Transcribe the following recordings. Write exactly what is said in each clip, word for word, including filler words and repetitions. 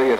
serious.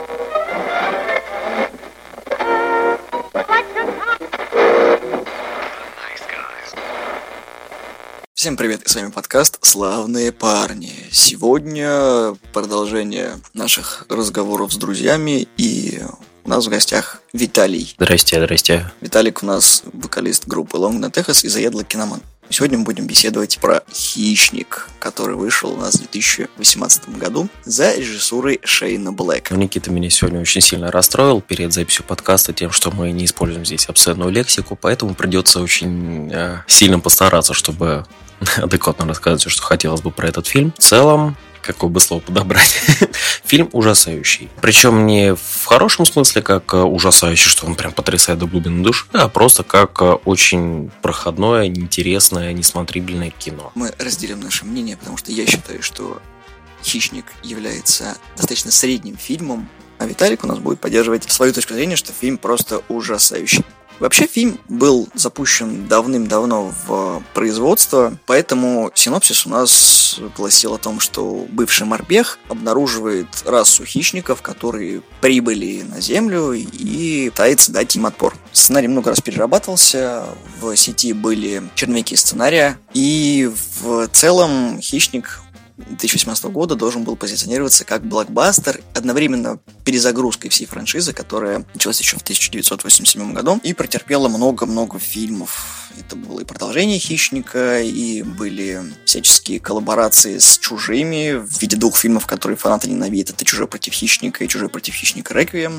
Всем привет, и с вами подкаст «Славные парни». Сегодня продолжение наших разговоров с друзьями, и у нас в гостях Виталий. Здрасте, здрасте. Виталик у нас вокалист группы Long Night Echoes и заядлый киноман. Сегодня мы будем беседовать про «Хищник», который вышел у нас в две тысячи восемнадцатом году за режиссурой Шейна Блэка. Никита меня сегодня очень сильно расстроил перед записью подкаста тем, что мы не используем здесь обсценную лексику, поэтому придется очень э, сильно постараться, чтобы адекватно рассказать все, что хотелось бы про этот фильм. В целом, какое бы слово подобрать, фильм ужасающий. Причем не в хорошем смысле, как ужасающий, что он прям потрясает до глубины души, а просто как очень проходное, неинтересное, несмотрибельное кино. Мы разделим наше мнение, потому что я считаю, что «Хищник» является достаточно средним фильмом, а Виталик у нас будет поддерживать свою точку зрения, что фильм просто ужасающий. Вообще фильм был запущен давным-давно в производство, поэтому синопсис у нас гласил о том, что бывший морпех обнаруживает расу хищников, которые прибыли на Землю и пытается дать им отпор. Сценарий много раз перерабатывался, в сети были черновики сценария, и в целом «Хищник» две тысячи восемнадцатого года должен был позиционироваться как блокбастер, одновременно перезагрузкой всей франшизы, которая началась еще в тысяча девятьсот восемьдесят седьмом году и претерпела много-много фильмов. Это было и продолжение «Хищника», и были всяческие коллаборации с «Чужими» в виде двух фильмов, которые фанаты ненавидят. Это «Чужой против хищника» и «Чужой против хищника. Реквием».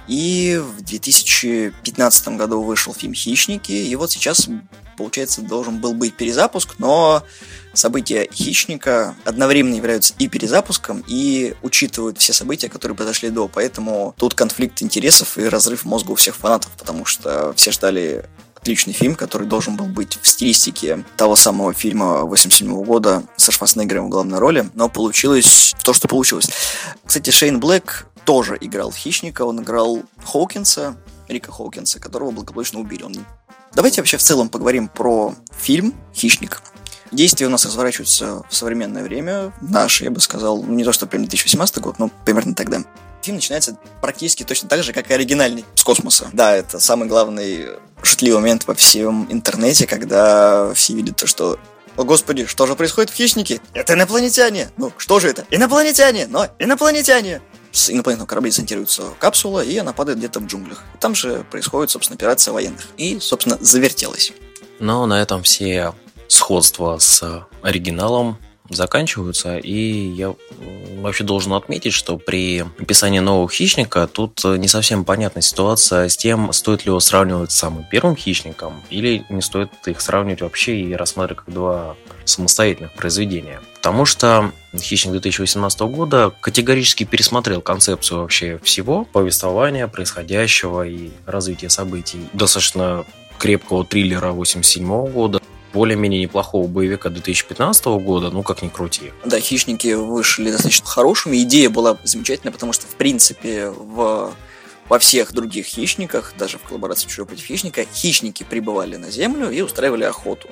И в две тысячи пятнадцатом году вышел фильм «Хищники», и вот сейчас, получается, должен был быть перезапуск, но события «Хищника» одновременно являются и перезапуском, и учитывают все события, которые произошли до, поэтому тут конфликт интересов и разрыв мозга у всех фанатов, потому что все ждали отличный фильм, который должен был быть в стилистике того самого фильма восемьдесят седьмого года со Шварценеггером в главной роли, но получилось то, что получилось. Кстати, Шейн Блэк тоже играл в «Хищника», он играл Хоукинса, Рика Хоукинса, которого благополучно убили. Он... Давайте вообще в целом поговорим про фильм «Хищник». Действия у нас разворачиваются в современное время, наше, я бы сказал, ну не то, что прям две тысячи восемнадцатый год, но примерно тогда. Фильм начинается практически точно так же, как и оригинальный, с космоса. Да, это самый главный шутливый момент во всем интернете, когда все видят то, что «О, господи, что же происходит в «Хищнике»? Это инопланетяне! Ну, что же это? Инопланетяне! Но инопланетяне!» С инопланетного корабля десантируется капсула, и она падает где-то в джунглях. И там же происходит, собственно, операция военных. И, собственно, завертелась. Но на этом все сходства с оригиналом заканчиваются, и я вообще должен отметить, что при описании нового «Хищника» тут не совсем понятна ситуация с тем, стоит ли его сравнивать с самым первым «Хищником», или не стоит их сравнивать вообще и рассматривать как два самостоятельных произведения. Потому что «Хищник» две тысячи восемнадцатого года категорически пересмотрел концепцию вообще всего повествования, происходящего и развития событий достаточно крепкого триллера восемьдесят седьмого года, более-менее неплохого боевика две тысячи пятнадцатого года, ну как ни крути. Да, «Хищники» вышли достаточно хорошими, идея была замечательная, потому что, в принципе, в... во всех других «Хищниках», даже в коллаборации «Чужой против хищника», хищники прибывали на Землю и устраивали охоту.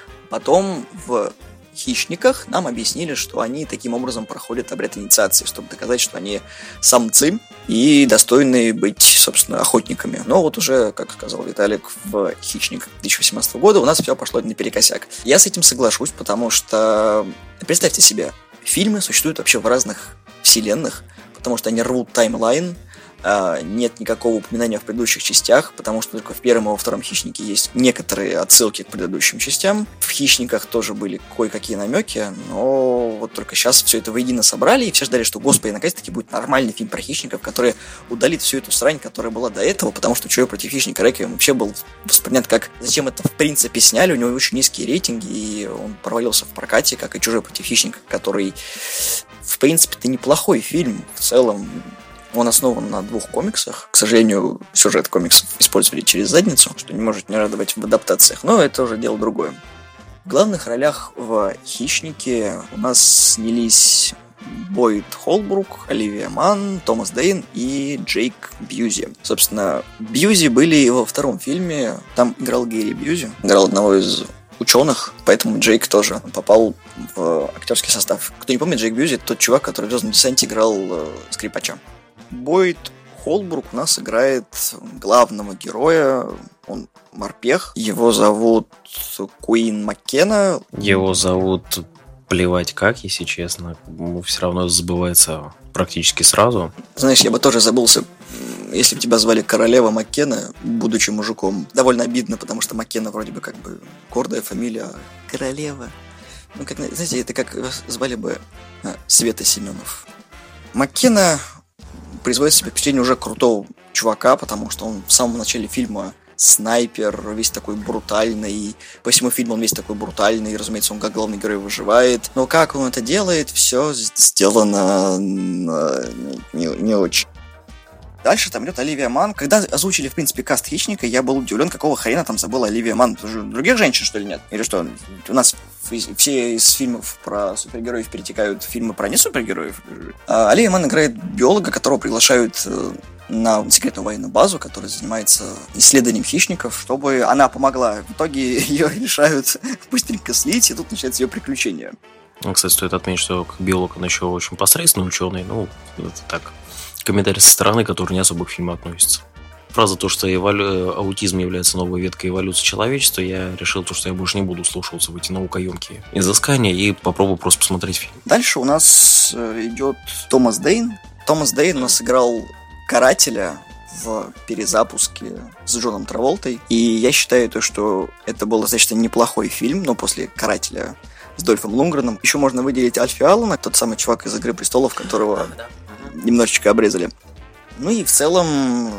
Потом в «Хищниках» нам объяснили, что они таким образом проходят обряд инициации, чтобы доказать, что они самцы и достойны быть, собственно, охотниками. Но вот уже, как сказал Виталик, в «Хищник» две тысячи восемнадцатого года у нас все пошло наперекосяк. Я с этим соглашусь, потому что, представьте себе, фильмы существуют вообще в разных вселенных, потому что они рвут таймлайн, нет никакого упоминания в предыдущих частях, потому что только в первом и во втором «Хищнике» есть некоторые отсылки к предыдущим частям. В «Хищниках» тоже были кое-какие намеки, но вот только сейчас все это воедино собрали, и все ждали, что, господи, наконец-таки будет нормальный фильм про хищников, который удалит всю эту срань, которая была до этого, потому что «Чужой против хищника» Реквием вообще был воспринят как зачем это в принципе сняли, у него очень низкие рейтинги, и он провалился в прокате, как и «Чужой против хищника», который, в принципе-то, неплохой фильм в целом. Он основан на двух комиксах. К сожалению, сюжет комиксов использовали через задницу, что не может не радовать в адаптациях, но это уже дело другое. В главных ролях в «Хищнике» у нас снялись Бойд Холбрук, Оливия Манн, Томас Дейн и Джейк Бьюзи. Собственно, Бьюзи были и во втором фильме. Там играл Гэри Бьюзи, играл одного из ученых, поэтому Джейк тоже попал в актерский состав. Кто не помнит, Джейк Бьюзи — тот чувак, который в «Звездном десанте» играл э, скрипача. Бойд Холбрук у нас играет главного героя, он морпех, его зовут Куин Маккена. Его зовут плевать как, если честно, все равно забывается практически сразу. Знаешь, я бы тоже забылся, если бы тебя звали Королева Маккена, будучи мужиком. Довольно обидно, потому что Маккена вроде бы как бы гордая фамилия, а Королева. Ну, как, знаете, это как звали бы а, Света Семенов. Маккена производит себе впечатление уже крутого чувака, потому что он в самом начале фильма снайпер, весь такой брутальный. По всему фильму он весь такой брутальный, и, разумеется, он как главный герой выживает. Но как он это делает, все сделано не, не, не очень. Дальше там идет Оливия Манн. Когда озвучили, в принципе, каст Хищника, я был удивлен, какого хрена там забыла Оливия Манн. Других женщин, что ли, нет? Или что? У нас все из фильмов про супергероев перетекают в фильмы про несупергероев. А Оливия Манн играет биолога, которого приглашают на секретную военную базу, которая занимается исследованием хищников, чтобы она помогла. В итоге ее решают быстренько слить, и тут начинается ее приключение. Кстати, стоит отметить, что как биолог он еще очень посредственный ученый. Ну, это так, комментарий со стороны, который не особо к фильму относится. Фраза то, что эволю... аутизм является новой веткой эволюции человечества, я решил, то, что я больше не буду слушаться в эти наукоемкие изыскания и попробую просто посмотреть фильм. Дальше у нас идет Томас Дейн. Томас Дейн у нас играл Карателя в перезапуске с Джоном Траволтой. И я считаю, то, что это был достаточно неплохой фильм, но после Карателя с Дольфом Лундгреном еще можно выделить Альфи Аллена, тот самый чувак из «Игры престолов», которого немножечко обрезали. Ну и в целом,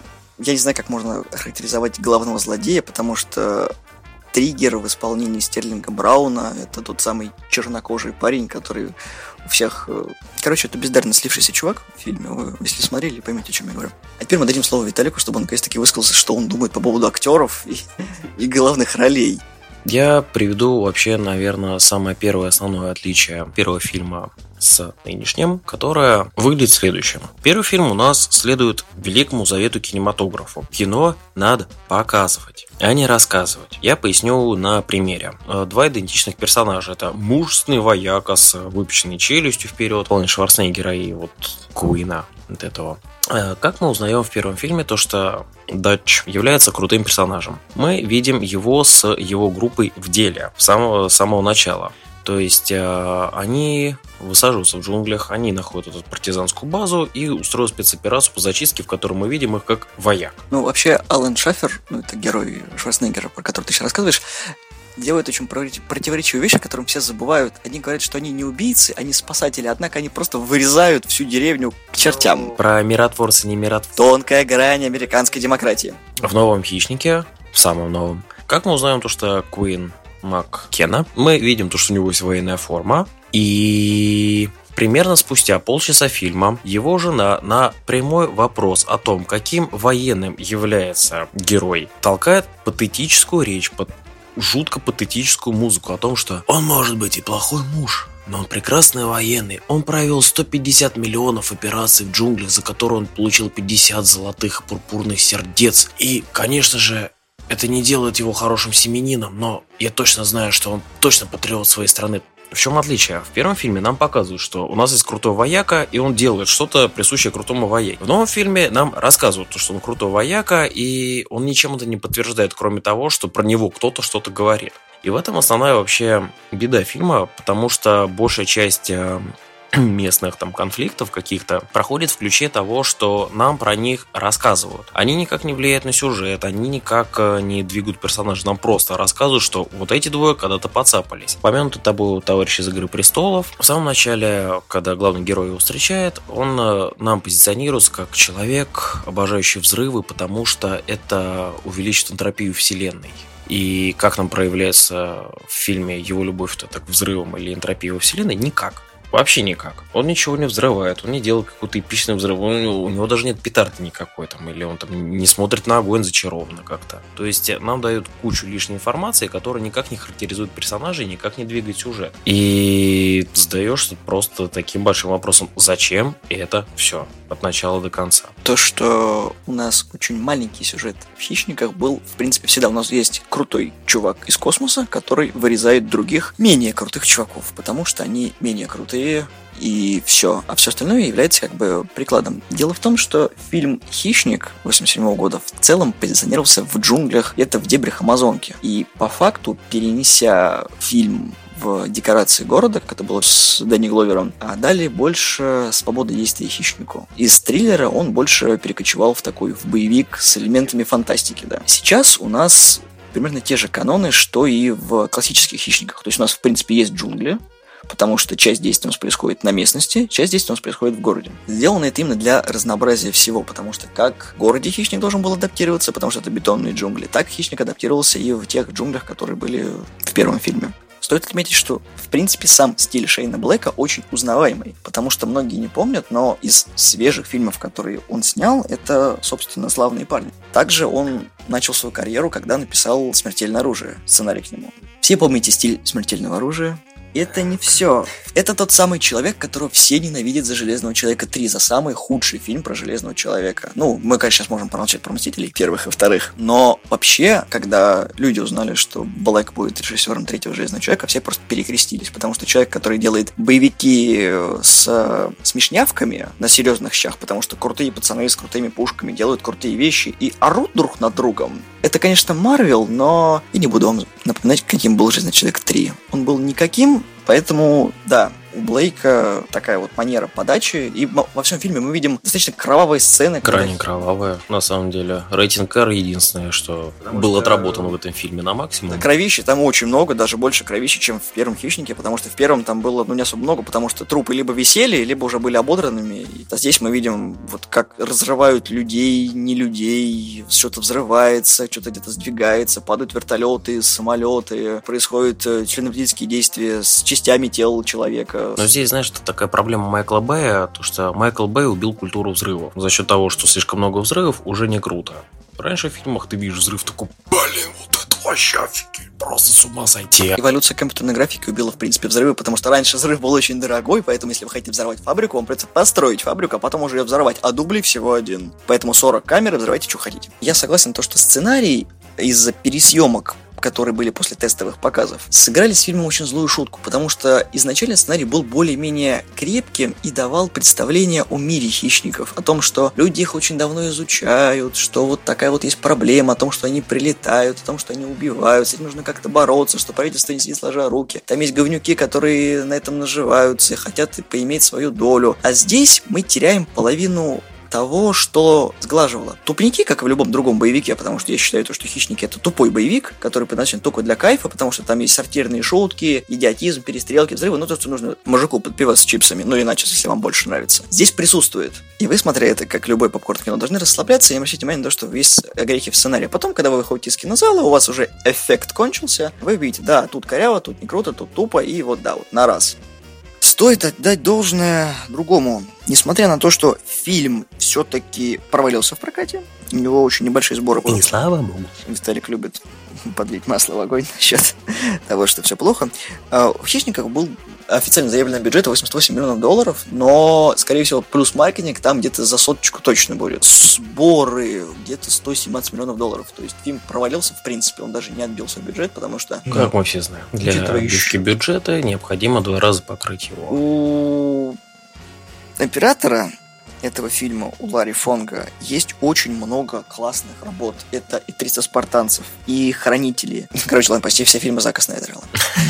я не знаю, как можно характеризовать главного злодея, потому что Триггер в исполнении Стерлинга Брауна — это тот самый чернокожий парень, который у всех... Короче, это бездарно слившийся чувак в фильме. Вы, если смотрели, поймете, о чем я говорю. А теперь мы дадим слово Виталику, чтобы он наконец-таки высказался, что он думает по поводу актеров и, и главных ролей. Я приведу вообще, наверное, самое первое основное отличие первого фильма с нынешним, которое выглядит следующим. Первый фильм у нас следует Великому Завету кинематографу. Кино надо показывать, а не рассказывать. Я поясню на примере. Два идентичных персонажа. Это мужественный вояка с выпущенной челюстью вперед, полный Шварценеггера и вот Куина от этого. Как мы узнаем в первом фильме, то что Дач является крутым персонажем. Мы видим его с его группой в деле с самого, самого начала. То есть э, они высаживаются в джунглях, они находят эту партизанскую базу и устроят спецоперацию по зачистке, в которой мы видим их как вояк. Ну, вообще, Алан Шафер, ну, это герой Шварценеггера, про которого ты сейчас рассказываешь, делают очень противоречивые вещи, о которых все забывают. Они говорят, что они не убийцы, они спасатели, однако они просто вырезают всю деревню к чертям. Про миротворцы, не миротворцы. Тонкая грань американской демократии. В новом «Хищнике», в самом новом, как мы узнаем то, что Куин Маккена, мы видим то, что у него есть военная форма, и примерно спустя полчаса фильма его жена на прямой вопрос о том, каким военным является герой, толкает патетическую речь под жутко патетическую музыку о том, что он может быть и плохой муж, но он прекрасный военный. Он провел сто пятьдесят миллионов операций в джунглях, за которые он получил пятьдесят золотых пурпурных сердец. И, конечно же, это не делает его хорошим семьянином, но я точно знаю, что он точно патриот своей страны. В чем отличие? В первом фильме нам показывают, что у нас есть крутой вояка, и он делает что-то присущее крутому вояке. В новом фильме нам рассказывают, что он крутой вояка, и он ничем это не подтверждает, кроме того, что про него кто-то что-то говорит. И в этом основная вообще беда фильма, потому что большая часть местных там конфликтов каких-то проходит в ключе того, что нам про них рассказывают. Они никак не влияют на сюжет, они никак не двигают персонажей, нам просто рассказывают, что вот эти двое когда-то поцапались. Помянутый тобой товарищ из «Игры престолов», в самом начале, когда главный герой его встречает, он нам позиционируется как человек, обожающий взрывы, потому что это увеличит энтропию вселенной. И как нам проявляется в фильме его любовь-то так взрывом или энтропией во вселенной? Никак. Вообще никак. Он ничего не взрывает, он не делает какой-то эпичный взрыв, у него, у него даже нет петарды никакой там, или он там не смотрит на огонь зачарованно как-то. То есть нам дают кучу лишней информации, которая никак не характеризует персонажей, никак не двигает сюжет. И задаешься просто таким большим вопросом, зачем это все от начала до конца. То, что у нас очень маленький сюжет в «Хищниках» был, в принципе, всегда. У нас есть крутой чувак из космоса, который вырезает других менее крутых чуваков, потому что они менее крутые. джунгли и все. А все остальное является как бы прикладом. Дело в том, что фильм «Хищник» восемьдесят седьмого года в целом позиционировался в джунглях, где-то в дебрях Амазонки. И по факту, перенеся фильм в декорации города, как это было с Дэнни Гловером, а дали больше свободы действия хищнику. Из триллера он больше перекочевал в такой, в боевик с элементами фантастики, да. Сейчас у нас примерно те же каноны, что и в классических хищниках. То есть у нас, в принципе, есть джунгли, потому что часть действия у нас происходит на местности, часть действия у нас происходит в городе. Сделано это именно для разнообразия всего, потому что как в городе хищник должен был адаптироваться, потому что это бетонные джунгли, так хищник адаптировался и в тех джунглях, которые были в первом фильме. Стоит отметить, что, в принципе, сам стиль Шейна Блэка очень узнаваемый, потому что многие не помнят, но из свежих фильмов, которые он снял, это, собственно, «Славные парни». Также он начал свою карьеру, когда написал «Смертельное оружие», сценарий к нему. Все помните стиль «Смертельного оружия». Это не все. Это тот самый человек, которого все ненавидят за «Железного человека три», за самый худший фильм про Железного человека. Ну, мы, конечно, сейчас можем промолчать про «Мстителей» первых и вторых, но вообще, когда люди узнали, что Блэк будет режиссером третьего «Железного человека», все просто перекрестились, потому что человек, который делает боевики с смешнявками на серьезных щах, потому что крутые пацаны с крутыми пушками делают крутые вещи и орут друг над другом. Это, конечно, Марвел, но я не буду вам напоминать, каким был «Железный человек три». Он был никаким, поэтому, да, у Блейка такая вот манера подачи, и во всем фильме мы видим достаточно кровавые сцены. Крайне когда... кровавые, на самом деле. Рейтинг R единственное, что потому было что... отработано в этом фильме на максимум. Кровищи там очень много, даже больше кровищи, чем в первом «Хищнике», потому что в первом там было, ну, не особо много, потому что трупы либо висели, либо уже были ободранными. А здесь мы видим, вот как разрывают людей, не людей, что-то взрывается, что-то где-то сдвигается, падают вертолеты, самолеты, происходят членовредительские действия с частями тела человека. Но здесь, знаешь, что такая проблема Майкла Бэя, то что Майкл Бэй убил культуру взрывов. За счет того, что слишком много взрывов, уже не круто. Раньше в фильмах ты видишь взрыв такой, блин, вот это вообще офигеть, просто с ума сойти. Эволюция компьютерной графики убила, в принципе, взрывы, потому что раньше взрыв был очень дорогой, поэтому если вы хотите взорвать фабрику, вам придется построить фабрику, а потом уже ее взорвать, а дублей всего один. Поэтому сорок камер, взрывайте, что хотите. Я согласен, то, что сценарий из-за пересъемок, которые были после тестовых показов, сыграли с фильмом очень злую шутку, потому что изначально сценарий был более-менее крепким и давал представление о мире хищников, о том, что люди их очень давно изучают, что вот такая вот есть проблема, о том, что они прилетают, о том, что они убивают, с этим нужно как-то бороться, что правительство не сидит сложа руки. Там есть говнюки, которые на этом наживаются и хотят поиметь свою долю. А здесь мы теряем половину того, что сглаживало. Тупники, как и в любом другом боевике, потому что я считаю, то, что «Хищники» — это тупой боевик, который предназначен только для кайфа, потому что там есть сортирные шутки, идиотизм, перестрелки, взрывы, ну то, что нужно мужику подпивать с чипсами, ну иначе, если вам больше нравится. Здесь присутствует. И вы, смотря это, как любой попкорн кино, должны расслабляться и обращать внимание на то, что есть огрехи в сценарии. Потом, когда вы выходите из кинозала, у вас уже эффект кончился, вы видите, да, тут коряво, тут не круто, тут тупо, и вот да, вот на раз. Стоит отдать должное другому. Несмотря на то, что фильм все-таки провалился в прокате, у него очень небольшие сборы. И слава богу. Виталик любит подлить масло в огонь насчет того, что все плохо. В «Хищниках» был официально заявленный бюджет восемьдесят восемь миллионов долларов, но, скорее всего, плюс маркетинг там где-то за соточку точно будет. Сборы где-то сто семнадцать миллионов долларов. То есть фильм провалился, в принципе, он даже не отбился в бюджет, потому что... Как мы все знаем, для отбивки бюджета необходимо два раза покрыть его. У оператора этого фильма, у Ларри Фонга, есть очень много классных работ. Это и триста спартанцев, и Хранители. Короче, ладно, почти все фильмы Зака Снайдера.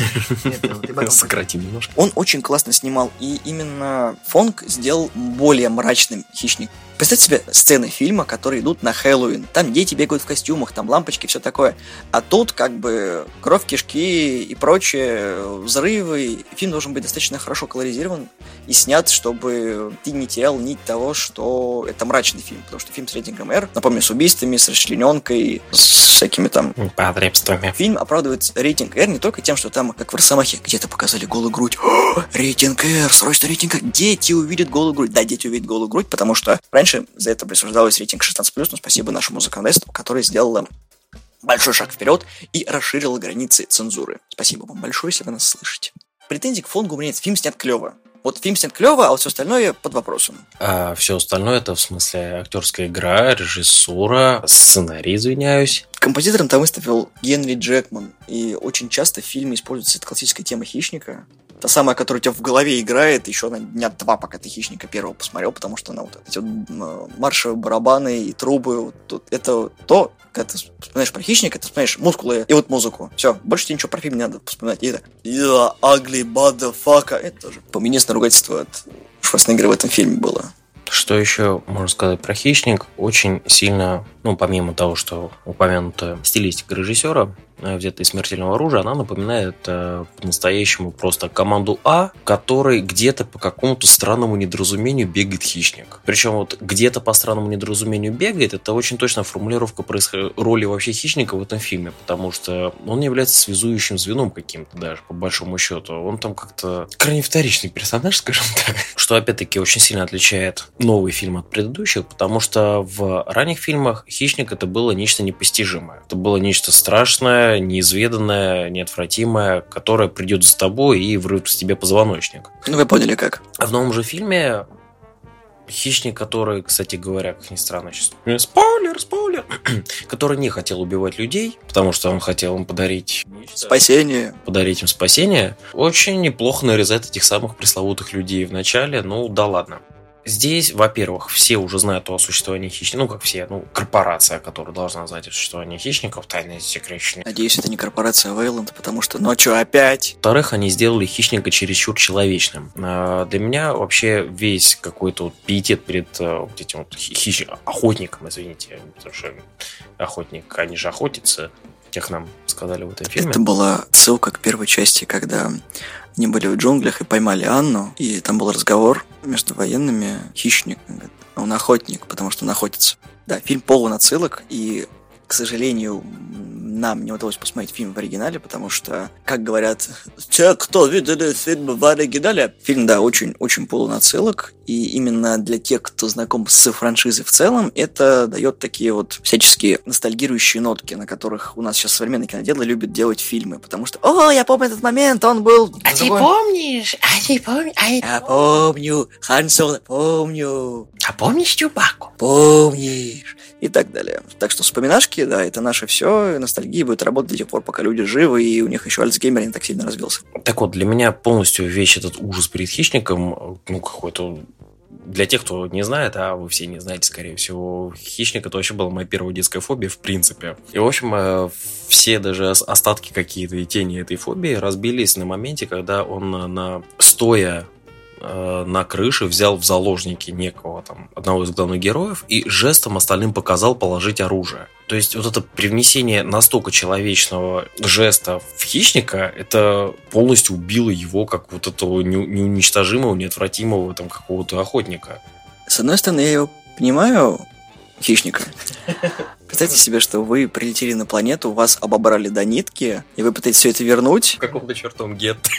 Сократим немножко. Он очень классно снимал, и именно Фонг сделал более мрачным «Хищник». Представьте себе сцены фильма, которые идут на Хэллоуин. Там дети бегают в костюмах, там лампочки, все такое. А тут как бы кровь, кишки и прочее, взрывы. Фильм должен быть достаточно хорошо колоризирован и снят, чтобы ты не терял нить того, что это мрачный фильм. Потому что фильм с рейтингом R, напомню, с убийствами, с расчлененкой, с всякими там потребствами. Фильм оправдывает рейтинг R не только тем, что там, как в «Росомахе», где-то показали голую грудь. О, рейтинг R, срочно рейтинг R. Дети увидят голую грудь. Да, дети увидят голую грудь, потому что раньше за это присуждалось рейтинг шестнадцать плюс, но спасибо нашему законодательству, которое сделало большой шаг вперед и расширило границы цензуры. Спасибо вам большое, если вы нас слышите. Претензий к Фонгу у меня нет. Фильм снят клево. Вот фильм снят клево, а вот все остальное под вопросом. А все остальное это в смысле актерская игра, режиссура, сценарий, извиняюсь. Композитором там выступил Генри Джекман. И очень часто в фильме используется классическая тема «Хищника». Та самая, которая у тебя в голове играет еще на дня два, пока ты «Хищника» первого посмотрел, потому что она вот эти вот маршевые барабаны и трубы, вот, тут, это то, когда ты вспоминаешь про «Хищника», ты вспоминаешь мускулы и вот музыку. Все, больше тебе ничего про фильм не надо вспоминать. И это «Yeah, ugly motherfucker». Это тоже поминестное ругательство от Шварценеггера в этом фильме было. Что еще можно сказать про «Хищник»? Очень сильно, ну, помимо того, что упомянутая стилистика режиссера, взятая из «Смертельного оружия», она напоминает э, по-настоящему просто команду А, которой где-то по какому-то странному недоразумению бегает хищник. Причем вот где-то по странному недоразумению бегает, это очень точная формулировка происход... роли вообще хищника в этом фильме, потому что он не является связующим звеном каким-то даже, по большому счету. Он там как-то крайне вторичный персонаж, скажем так. Что, опять-таки, очень сильно отличает новый фильм от предыдущих, потому что в ранних фильмах хищник это было нечто непостижимое. Это было нечто страшное, неизведанное, неотвратимое, которое придет за тобой и врывает в тебе позвоночник. Ну, вы поняли как. А в новом же фильме хищник, который, кстати говоря, как ни странно, сейчас... Спойлер, спойлер! который не хотел убивать людей, потому что он хотел им подарить... Спасение. Подарить им спасение. Очень неплохо нарезать этих самых пресловутых людей в начале. Ну, да ладно. Здесь, во-первых, все уже знают о существовании хищников. Ну, как все, ну, корпорация, которая должна знать о существовании хищников, тайные секретные. Надеюсь, это не корпорация Вейланд, потому что ночью опять. Во-вторых, они сделали хищника чересчур человечным. Для меня вообще весь какой-то вот пиетет перед вот этим вот хищником, охотником, извините, потому что охотник, они же охотятся, как нам сказали в этом фильме. Это была ссылка к первой части, когда они были в джунглях и поймали Анну, и там был разговор между военными. Хищник, он охотник, потому что он охотится. Да, фильм полон отсылок, и, к сожалению, нам не удалось посмотреть фильм в оригинале, потому что, как говорят те, кто видели фильм в оригинале, фильм, да, очень-очень полон отсылок, и именно для тех, кто знаком с франшизой в целом, это дает такие вот всяческие ностальгирующие нотки, на которых у нас сейчас современные киноделы любят делать фильмы, потому что, о, я помню этот момент, он был... А ты помнишь? А ты помнишь? А... Я помню, Хан Соло, помню. А помнишь Чубаку? Помнишь. И так далее. Так что вспоминашки, да, это наше все, и ностальгия будет работать до тех пор, пока люди живы, и у них еще Альцгеймер не так сильно развился. Так вот, для меня полностью весь этот ужас перед хищником, ну, какой-то... Для тех, кто не знает, а вы все не знаете, скорее всего, хищник — это вообще была моя первая детская фобия, в принципе. И, в общем, все даже остатки какие-то и тени этой фобии разбились на моменте, когда он на стоя на крыше взял в заложники некого там одного из главных героев и жестом остальным показал положить оружие. То есть вот это привнесение настолько человечного жеста в хищника, это полностью убило его как вот этого неуничтожимого, неотвратимого там какого-то охотника. С одной стороны, я его понимаю, хищника. Представьте себе, что вы прилетели на планету, вас обобрали до нитки, и вы пытаетесь все это вернуть. В каком-то чертовом гетто.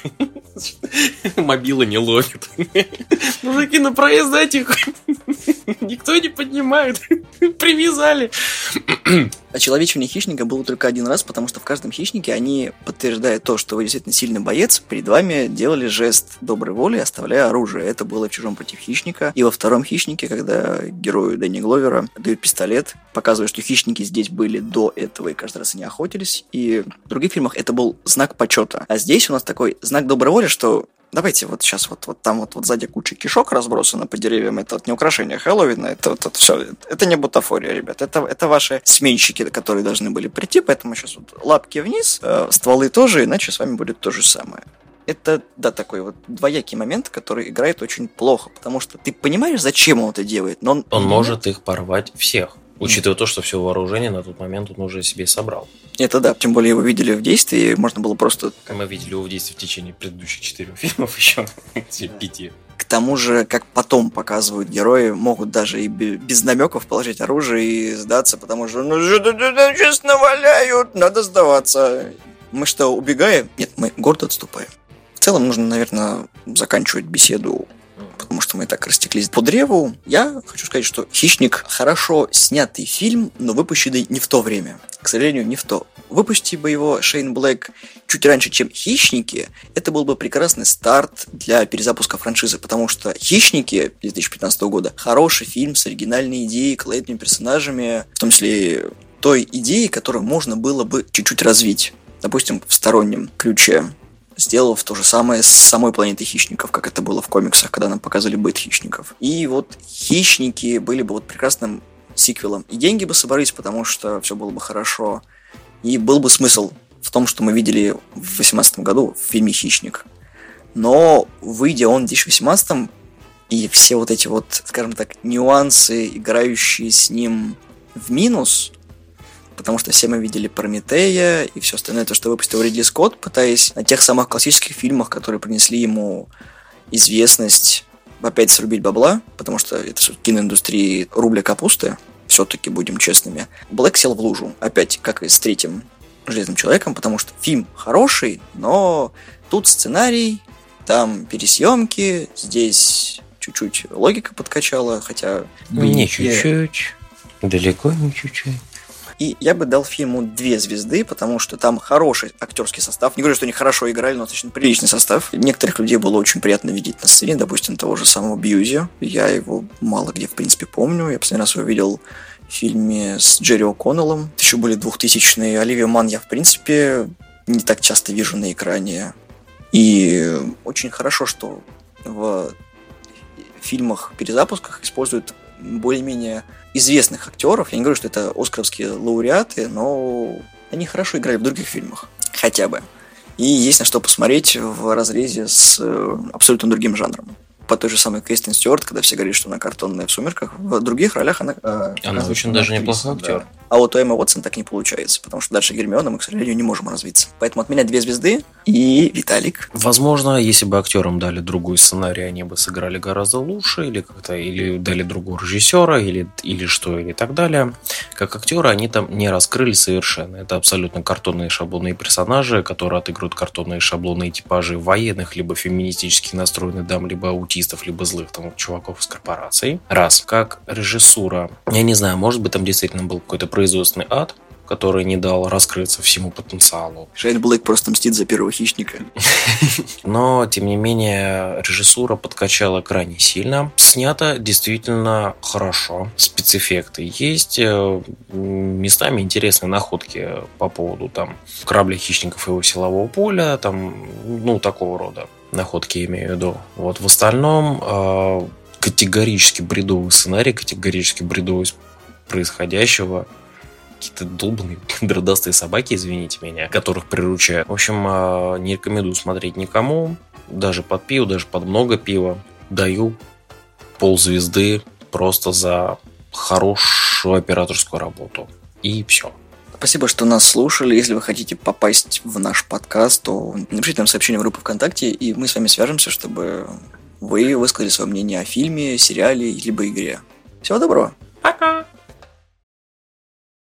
Мобила не ловит. Мужики, на проезд этих никто не поднимает. Привязали. Очеловечивание хищника было только один раз, потому что в каждом хищнике они, подтверждая то, что вы действительно сильный боец, перед вами делали жест доброй воли, оставляя оружие. Это было в «Чужом против хищника». И во втором хищнике, когда герою Дэнни Гловера дают пистолет, показывая, что хищники здесь были до этого и каждый раз они охотились. И в других фильмах это был знак почета. А здесь у нас такой знак доброй воли, что давайте вот сейчас вот, вот там вот, вот сзади куча кишок разбросана по деревьям. Это вот не украшение Хэллоуина, это вот, вот все. Это не бутафория, ребят. Это, это ваши сменщики, которые должны были прийти. Поэтому сейчас вот лапки вниз, э, стволы тоже, иначе с вами будет то же самое. Это, да, такой вот двоякий момент, который играет очень плохо, потому что ты понимаешь, зачем он это делает, но он... Он может их порвать всех. Учитывая то, что все вооружение на тот момент он уже себе собрал. Это да, тем более его видели в действии, можно было просто... Мы видели его в действии в течение предыдущих четырех фильмов еще, пяти. К тому же, как потом показывают герои, могут даже и без намеков положить оружие и сдаться, потому что ну что-то сейчас наваляют, надо сдаваться. Мы что, убегаем? Нет, мы гордо отступаем. В целом нужно, наверное, заканчивать беседу, потому что мы так растеклись по древу. Я хочу сказать, что «Хищник» хорошо снятый фильм, но выпущенный не в то время. К сожалению, не в то. Выпусти бы его Шейн Блэк чуть раньше, чем «Хищники», это был бы прекрасный старт для перезапуска франшизы, потому что «Хищники» две тысячи пятнадцатого года хороший фильм с оригинальной идеей, колоритными персонажами, в том числе той идеей, которую можно было бы чуть-чуть развить. Допустим, в стороннем ключе. сделав то же самое с самой планетой хищников, как это было в комиксах, когда нам показывали быт хищников. И вот хищники были бы вот прекрасным сиквелом. И деньги бы собрались, потому что все было бы хорошо. И был бы смысл в том, что мы видели в две тысячи восемнадцатом году в фильме «Хищник». Но, выйдя он в две тысячи восемнадцатом, и все вот эти вот, скажем так, нюансы, играющие с ним в минус, потому что все мы видели Прометея и все остальное, то, что выпустил Ридли Скотт, пытаясь на тех самых классических фильмах, которые принесли ему известность, опять срубить бабла, потому что это в киноиндустрии рубля капусты, все-таки будем честными. Блэк сел в лужу, опять, как и с третьим «Железным человеком», потому что фильм хороший, но тут сценарий, там пересъемки, здесь чуть-чуть логика подкачала, хотя... Не чуть-чуть, далеко не чуть-чуть. И я бы дал фильму две звезды, потому что там хороший актерский состав. Не говорю, что они хорошо играли, но достаточно приличный состав. Некоторых людей было очень приятно видеть на сцене, допустим, того же самого Бьюзи. Я его мало где, в принципе, помню. Я последний раз его видел в фильме с Джерри О'Коннеллом. Это еще были двухтысячные. Оливию Манн я, в принципе, не так часто вижу на экране. И очень хорошо, что в фильмах, перезапусках используют более-менее известных актеров. Я не говорю, что это оскаровские лауреаты, но они хорошо играли в других фильмах. Хотя бы. И есть на что посмотреть в разрезе с абсолютно другим жанром. По той же самой Кристен Стюарт, когда все говорят, что она картонная в «Сумерках», в других ролях она... Э, она очень даже неплохой актер. Да. А вот у Эммы Уотсон так не получается, потому что дальше Гермиона мы, к сожалению, не можем развиться. Поэтому от меня две звезды и Виталик. Возможно, если бы актерам дали другой сценарий, они бы сыграли гораздо лучше, или как-то, или дали другого режиссера, или, или что, или так далее. Как актеры они там не раскрыли совершенно. Это абсолютно картонные шаблонные персонажи, которые отыгрывают картонные шаблонные типажи военных, либо феминистически настроенных дам, либо аутистов, либо злых там чуваков из корпораций. Раз. Как режиссура, я не знаю, может быть, там действительно был какой-то производственный ад, который не дал раскрыться всему потенциалу. Шейн Блэк просто мстит за первого хищника. Но, тем не менее, режиссура подкачала крайне сильно. Снято действительно хорошо. Спецэффекты есть. Местами интересные находки по поводу там корабля хищников и его силового поля. Там, ну, такого рода находки, я имею в виду. Вот в остальном категорически бредовый сценарий, категорически бредовость происходящего. Какие-то долбанные дродастые собаки, извините меня, которых приручают. В общем, не рекомендую смотреть никому. Даже под пиво, даже под много пива. Даю ползвезды просто за хорошую операторскую работу. И все. Спасибо, что нас слушали. Если вы хотите попасть в наш подкаст, то напишите нам сообщение в группу ВКонтакте, и мы с вами свяжемся, чтобы вы высказали свое мнение о фильме, сериале, либо игре. Всего доброго!